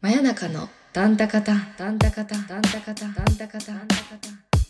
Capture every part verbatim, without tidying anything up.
真夜中のダンタカタダンタカタダンタカタダンタカタダンタカタ。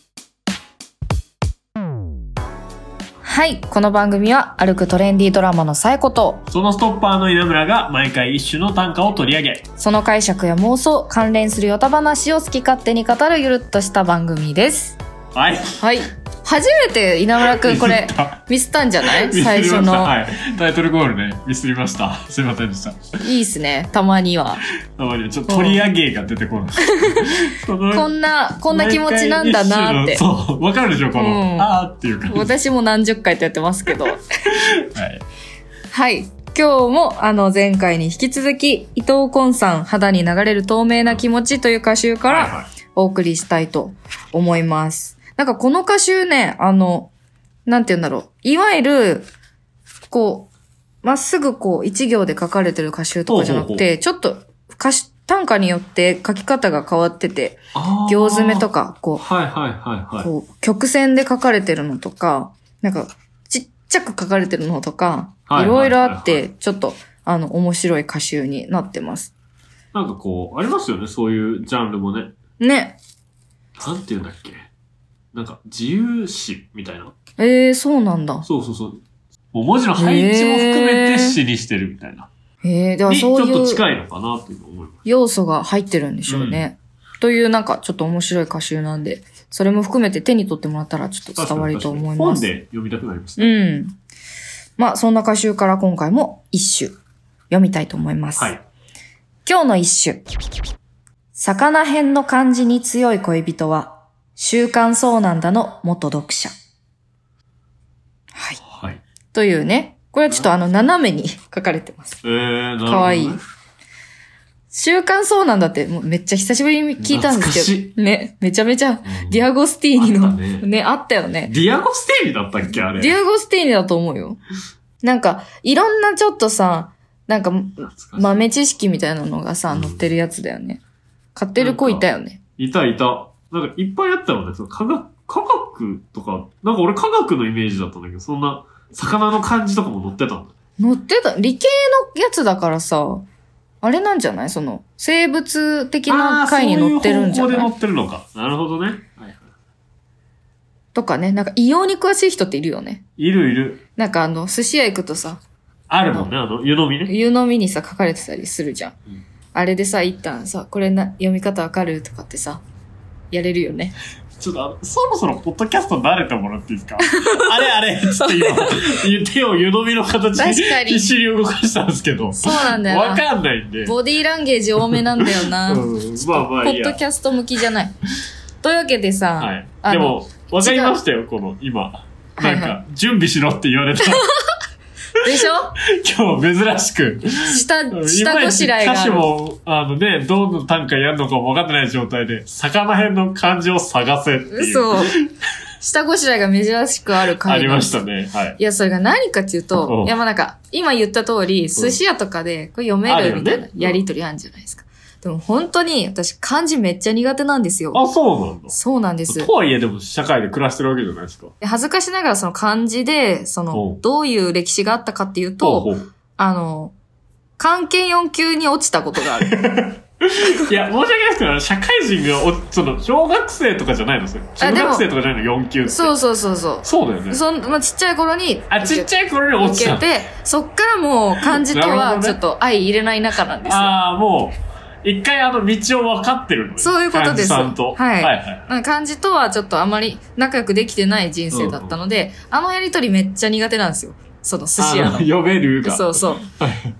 はい、この番組は歩くトレンディードラマのさえことそのストッパーの稲村が毎回一種の短歌を取り上げ、 その解釈や妄想、関連するヨタ話を好き勝手に語るゆるっとした番組です。 はいはい、初めて稲村くんこれミスったんじゃない最初の、 はい、タイトルゴールねミスりました。すいませんでした。 いいっすね、たまにはたまにはちょっと取り上げが出てこないこんなこんな気持ちなんだなって。 そうわかるでしょこの、うん、あーっていうか私も何十回とやってますけどはいはい、今日もあの前回に引き続き伊藤紺さん肌に流れる透明な気持ちという歌集からお送りしたいと思います。なんかこの歌集ね、あの、なんて言うんだろう。いわゆる、こう、まっすぐこう一行で書かれてる歌集とかじゃなくて、ちょっと歌詞、短歌によって書き方が変わってて、行詰めとか、こう、 はいはいはいはい。 こう、曲線で書かれてるのとか、なんか、ちっちゃく書かれてるのとか、いろいろあって、ちょっと、あの、面白い歌集になってます。 なんかこう、ありますよね、そういうジャンルもね。 ね。 なんて言うんだっけ。なんか、自由詩みたいな。 ええー、そうなんだ。 そうそうそう。もう文字の配置も含めて詩にしてるみたいな。 へえー、ではそういう。 ちょっと近いのかなって思います。 要素が入ってるんでしょうね。うん、というなんかちょっと面白い歌集なんで、それも含めて手に取ってもらったらちょっと伝わると思います。 本で読みたくなりますね。 うん。まあ、そんな歌集から今回も一首読みたいと思います。はい。今日の一首。魚編の漢字に強い恋人は、週刊そうなんだの元読者。はい。はい。というね、これはちょっとあの斜めに書かれてます。 えー、なるほど、ね。 かわいい。週刊そうなんだってもうめっちゃ久しぶりに聞いたんですけど。ね、めちゃめちゃ、ディアゴスティーニの、うん、ね, ね、あったよね。 ディアゴスティーニだったっけあれ。 ディアゴスティーニだと思うよ。なんか、いろんなちょっとさ、なんか豆知識みたいなのがさ、載ってるやつだよね。買ってる子いたよね。 いたいた。なんかいっぱいあったのね。その科学、科学とか、なんか俺科学のイメージだったんだけど、そんな魚の漢字とかも載ってたんだね。 載ってた。理系のやつだからさ、あれなんじゃないその、生物的な回に載ってるんじゃない？ そういう方向で載ってるのか。なるほどね。はいはい。 とかね、なんか異様に詳しい人っているよね。 いるいる。 なんかあの、寿司屋行くとさ、 あるもんね、あの、湯飲みね。 湯飲みにさ、書かれてたりするじゃん。うん、あれでさ、一旦さ、これな、読み方わかるとかってさ、やれるよね。 ちょっとあの、そろそろポッドキャスト慣れてもらっていいですかあれあれちょっと今、手を湯飲みの形に必死に動かしたんですけど。 そうなんだよな。 わかんないんで。 ボディーランゲージ多めなんだよな。うん、まあまあいいや。ポッドキャスト向きじゃない。というわけでさ、 はい、でも、わかりましたよ、この、今。なんか、はいはい、準備しろって言われた。 でしょ今日珍しく。 下、下ごしらえがある。 歌詞も、あのね、どの短歌やるのかも分かってない状態で、魚編の漢字を探せっていう。 そう。下ごしらえが珍しくある回ありましたね。はい。 いや、それが何かっていうと、いや、まあなんか、今言った通り、寿司屋とかで、これ読めるみたいなやりとりあるんじゃないですか。でも本当に、私漢字めっちゃ苦手なんですよ。 あ、そうなんだ。 そうなんです。 とはいえでも社会で暮らしてるわけじゃないですか。 恥ずかしながらその漢字で、その、どういう歴史があったかっていうと、あの、漢検よん級に落ちたことがある。 いや、申し訳ないですけど、社会人がお、その、小学生とかじゃないのそれ。中学生とかじゃないの ?よん 級って。 そうそうそうそう。 そうだよね。 そん、まあ、ちっちゃい頃に。 あ、ちっちゃい頃に落ちた。 受けて、そっからもう漢字とはちょっと相入れない仲なんですよ。 ああ、もう。一回あの道を分かってるの。 そういうことです。 漢字さんと。 はい。はいはい。漢字とはちょっとあまり仲良くできてない人生だったので、うんうん、あのやりとりめっちゃ苦手なんですよ。その寿司屋の。 呼べるが。 そうそう。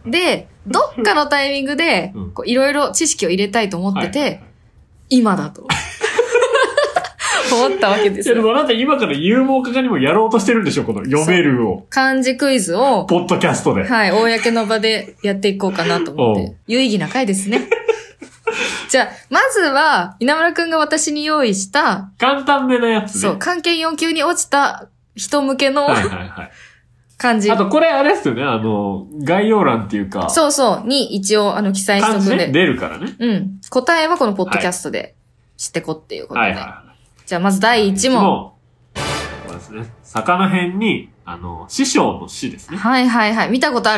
で、どっかのタイミングで、いろいろ知識を入れたいと思ってて、はいはい、今だと。思ったわけですよ。 いやでもなんか今から有望化にもやろうとしてるんでしょこの読めるを。 漢字クイズを。 ポッドキャストで。 はい。公の場でやっていこうかなと思って。有意義な回ですね。じゃあ、まずは、稲村くんが私に用意した、 簡単めなやつね。 そう、漢検よん級に落ちた人向けの、はいはいはい。漢字。 あと、これあれですよね、あの、概要欄っていうか。 そうそう、に一応、あの、記載しとくんで。 漢字ね、出るからね。 うん。答えはこのポッドキャストで知ってこっていうことで。はいはいはい。じゃあ、まずだいいち問。 そうですね。魚編に、あの、師匠の師ですね。 はいはいはい。見たことある。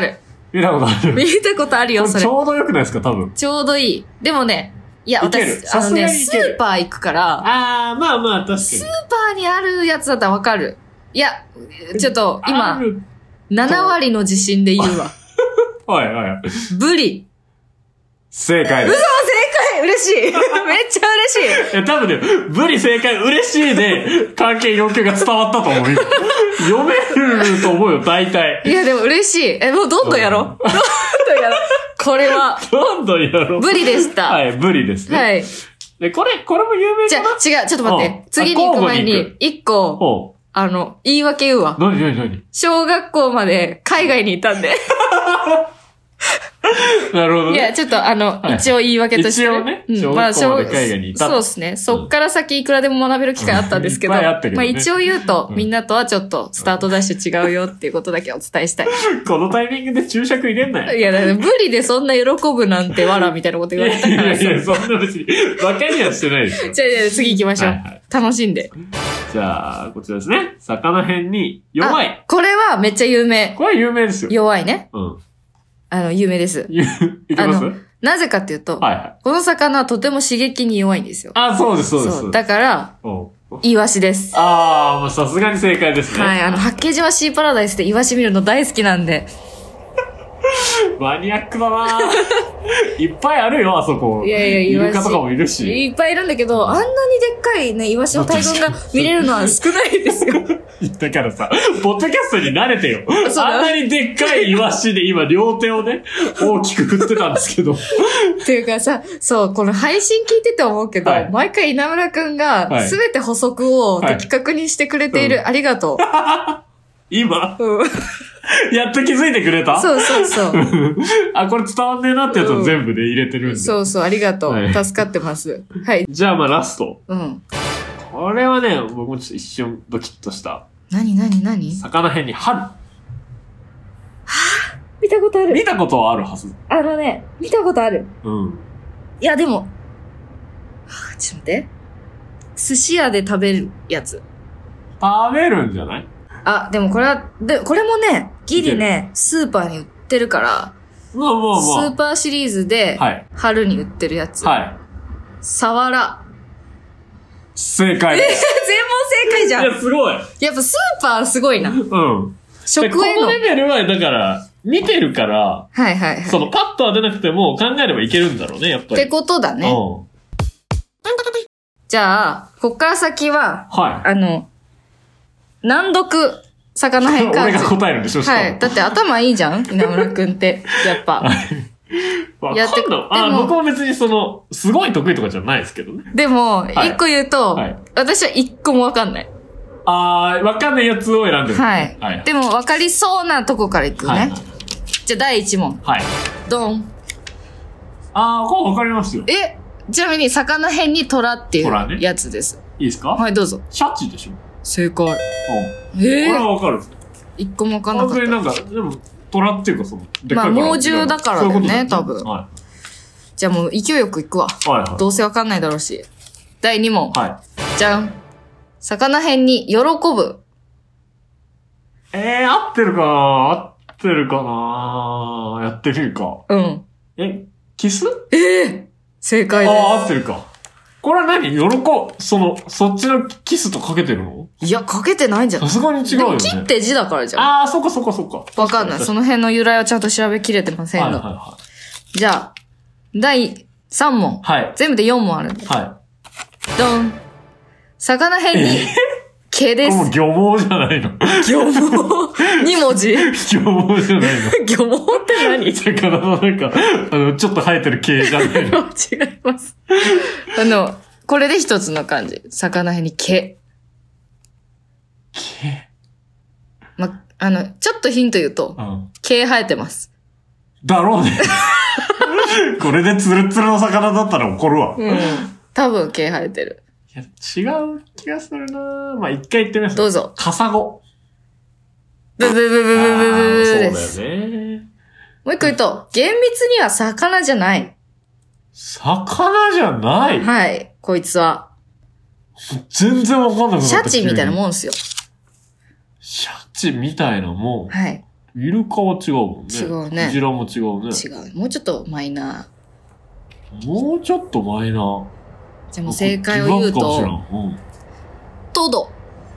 見たことある。 見たことあるよ、それ。 ちょうどよくないですか、多分。 ちょうどいい。でもね、いや、私、あのね、スーパー行くから。 あー、まあまあ、確かに。 スーパーにあるやつだったらわかる。いや、ちょっと、今、なな割の自信で言うわ。 はいはい。 ブリ。 正解です。 嘘、正解嬉しい。めっちゃ嬉しい。 え、多分ね、ブリ正解嬉しいで、関係要求が伝わったと思うよ。読めると思うよ、大体。 いや、でも嬉しい。え、もうどんどんやろう。どんどんやろう。これは。 どんどんやろう。 ブリでした。 はい、ブリですね。はい。で、これ、これも有名かな？ じゃ、違う、ちょっと待って。次に行く前に、一個、あの、言い訳言うわ。 なになになに？ 小学校まで海外にいたんで。 なるほど、ね。 いや、ちょっとあの、はい、一応言い訳として。 一応ね。うん、小学校まで海外にいた、 まあ、そうですね。そっから先いくらでも学べる機会あったんですけど。うん、まあ、けどね、まあ一応言うと、うん、みんなとはちょっとスタートダッシュ違うよっていうことだけお伝えしたい。 このタイミングで注釈入れんなよ。 いや、だからブリでそんな喜ぶなんてわらみたいなこと言われたから。いやいやいや、そんな別に、バカにはしてないですよ。 じゃあ、じゃあ次行きましょう。はいはい、楽しんで。 じゃあ、こちらですね。魚編に弱い。 これはめっちゃ有名。 これは有名ですよ。 弱いね。 うん。 あの、有名です。 いけます？ なぜかっていうと、 はいはい、 この魚はとても刺激に弱いんですよ。 あ、そうです、そうです。そうだから、イワシです。 ああ、もうさすがに正解ですね。 はい、あの、八景島シーパラダイスでイワシ見るの大好きなんで。 マニアックだなぁ。いっぱいあるよ、あそこ。 いやいや、 イルカとかもいるし。 いっぱいいるんだけど、あんなにでっかいね、イワシの大群が見れるのは少ないですよ。 だからさ、ポッドキャストに慣れてよ。あんなにでっかいイワシで今両手をね、大きく振ってたんですけど。 っていうかさ、そう、この配信聞いてて思うけど、はい、毎回稲村くんがすべて補足を的確にしてくれている。はい、ありがとう。 今、 うん、 やっと気づいてくれた？ そうそうそう。 あ、これ伝わんねえなってやつを全部で入れてるんで。 うん、そうそう、ありがとう。はい、助かってます。はい。 じゃあまあラスト。 うん。 これはね、僕もちょっと一瞬ドキッとした。 なになになに？ 魚編に春。はぁ、 見たことある。 見たことはあるはず。 あのね、見たことある。 うん。 いや、でも、はぁ、ちょっと待って。寿司屋で食べるやつ。 食べるんじゃない？ あ、でもこれは、で、これもね、ギリね、スーパーに売ってるから、 まあまあまあ。 スーパーシリーズで、春に売ってるやつ。 はい。 サワラ。 正解です。 えー、全問正解じゃん。 いや、すごい。 やっぱスーパーすごいな。うん。食への。 このレベルは、だから、見てるから、 はいはいはい。 そのパッとは出なくても考えればいけるんだろうね、やっぱり。 ってことだね。うん。じゃあ、こっから先は、はい。あの、難読魚編か。 俺が答えるんでしょ、 はい。だって頭いいじゃん稲村くんって。やっぱ。 やってくのあ、僕も別にその、すごい得意とかじゃないですけどね。 でも、一、はい、個言うと、はい、私は一個もわかんない。 あー、わかんないやつを選んでる。 はい。はい、でも、わかりそうなとこからいくね。はい、じゃあ、だいいち問。 はい。 ドン。 あー、これわかりますよ。 え、ちなみに、魚編に虎っていうやつです。 ね、いいですか？ はい、どうぞ。 シャチでしょ？ 正解。うん。えー、これはわかる。 一個もわかんなかった。 本当になんか、でも、虎っていうかその、 でっかいから。まあ、猛獣だからだよね、多分。はい。じゃあもう勢いよくいくわ。はいはい。どうせわかんないだろうし。だいに問。はい。じゃん。魚編に喜ぶ。 えー、合ってるかな合ってるかなやってみるか。 うん。 え、キス？ ええー、正解です。 ああ、合ってるか。これは何喜ぶ、その、そっちのキスとかけてるの？ いや、かけてないんじゃない？ さすがに違うよね。 でも切って字だからじゃん。 ああ、そっかそっかそっか。 わかんない。その辺の由来はちゃんと調べきれてませんが。はいはいはい。じゃあ、だいさん問。はい。全部でよん問あるんで。はい。ドン。魚編に、毛です。 もう漁網じゃないの。 漁網に文字漁網じゃないの。 漁網って何？ 魚のなんか、あの、ちょっと生えてる毛じゃないの。 違います。あの、これで一つの漢字。魚編に毛。 毛ま、あの、ちょっとヒント言うと、うん、毛生えてます。 だろうね。これでツルツルの魚だったら怒るわ。 うん。多分毛生えてる。 いや、違う気がするなぁ。まあ、一回言ってみます。 どうぞ。 カサゴ。 ブブブブブブブブブです。 そうだよね。 もう一個言うと、厳密には魚じゃない。 魚じゃない？ はい、こいつは。 全然わかんなくなった。 シャチみたいなもんですよ。 シャチみたいなもん？ はい。 イルカは違うもんね。 違うね。 クジラも違うね。 違う。もうちょっとマイナー。もうちょっとマイナー。 じゃあもう正解を言うと、うん、トド。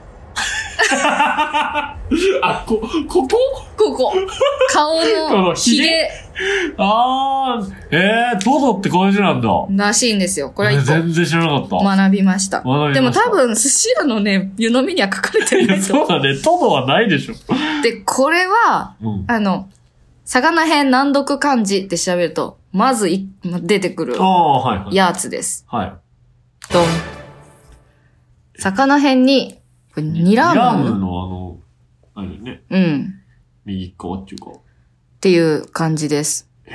あ、こ、ここここ。顔のヒゲ。 あー、えー、トドってこういう字なんだ。 らしいんですよ。これは一個全然知らなかった。 学びました。 学びました。 でも多分、寿司屋のね、湯飲みには書かれてないと。 そうだね。トドはないでしょ。 で、これは、うん、あの、魚編難読漢字って調べると、まずい出てくるやつです。 はい、はい。 ドン。魚編に、これニラム。 ニラムのあの、あれね。 うん。 右側っていうか。 っていう感じです。 え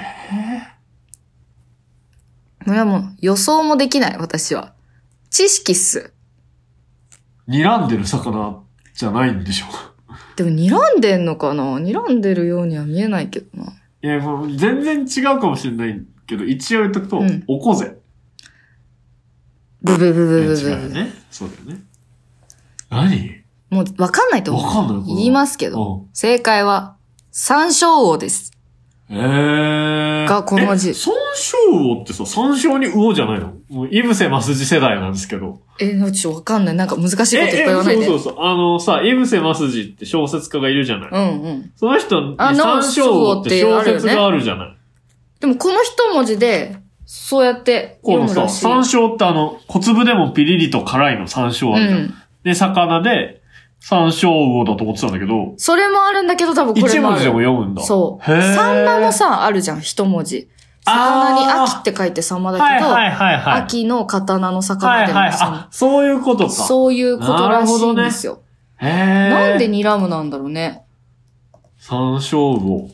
ー、これはもう予想もできない、私は。知識っす。 睨んでる魚じゃないんでしょうか。 でも睨んでんのかな？睨んでるようには見えないけどな。 いや、もう全然違うかもしれないけど、一応言っとくと、うん、おこぜ。 ブブブブブブブ。 違うよね。そうだよね。何？ もうわかんないと思う。 わかんない。 言いますけど、うん、正解は、山椒魚です。 えー。 がこの字。 山椒魚ってさ、山椒に魚じゃないの？もう、イブセマスジ世代なんですけど。 え、ちょっとわかんない。なんか難しいこといっぱい言わないで。 そうそうそう。あのさ、イブセマスジって小説家がいるじゃない。 うんうん。 その人に山椒魚って小説があるじゃない。ね、 でもこの一文字で、そうやって読むらしい。 このさ、山椒ってあの、小粒でもピリリと辛いの山椒あるじゃん。うん、で、魚で、山椒魚だと思ってたんだけど。 それもあるんだけど多分これもある。 一文字でも読むんだ。 そう。サンマもさ、あるじゃん、一文字。魚に秋って書いてサンマだけど、はいはいはいはい、秋の刀の魚でもサンマ、はいはい。 そういうことか。 そういうことらしいんですよ。 なるほどね。へー。 なんで睨むなんだろうね。 山椒魚。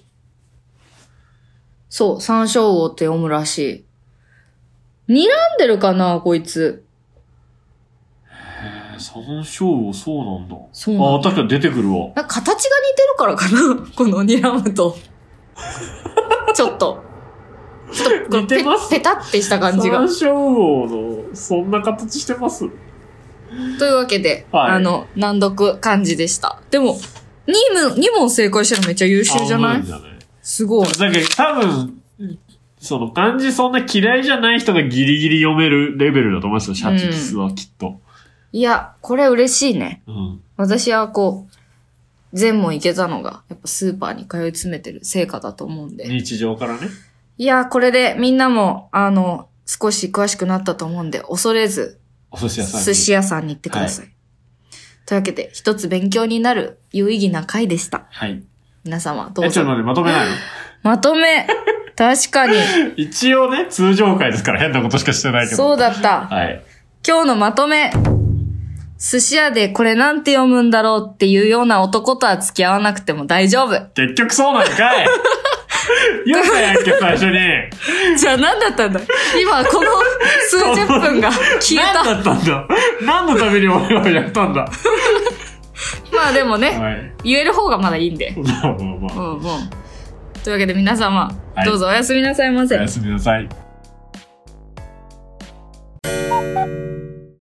そう、山椒魚って読むらしい。睨んでるかな、こいつ。 山椒魚、そうなんだ。 そうなんだ。 あ、確かに出てくるわ。 なんか形が似てるからかなこの睨むと。ちょっと。ちょっと、 似てますペタってした感じが。 山椒魚の、そんな形してます。 というわけで、はい、あの、難読漢字でした。でも、に問、に問正解したらめっちゃ優秀じゃない？すごい。 だけど多分、その漢字そんな嫌いじゃない人がギリギリ読めるレベルだと思いますよ、シャチキスはきっと。うん、 いや、これ嬉しいね。 うん、 私はこう、全問いけたのが、やっぱスーパーに通い詰めてる成果だと思うんで。 日常からね。 いや、これでみんなも、あの、少し詳しくなったと思うんで、恐れず、 お寿司屋さんに。 寿司屋さんに行ってください。はい、というわけで、一つ勉強になる有意義な回でした。 はい。 皆様、どうぞ。 え、ちょっと待って、まとめないの？ まとめ。確かに。 一応ね、通常回ですから変なことしかしてないけど。 そうだった。 はい。 今日のまとめ。寿司屋でこれなんて読むんだろうっていうような男とは付き合わなくても大丈夫。 結局そうなんかい。言うたやんけ、最初に。 じゃあ何だったんだ今この数十分が消えた。 何だったんだ何のために俺はやったんだまあでもね、 はい、 言える方がまだいいんで。 まあまあまあ。 うんうん。というわけで皆様、はい、どうぞおやすみなさいませ。 おやすみなさい。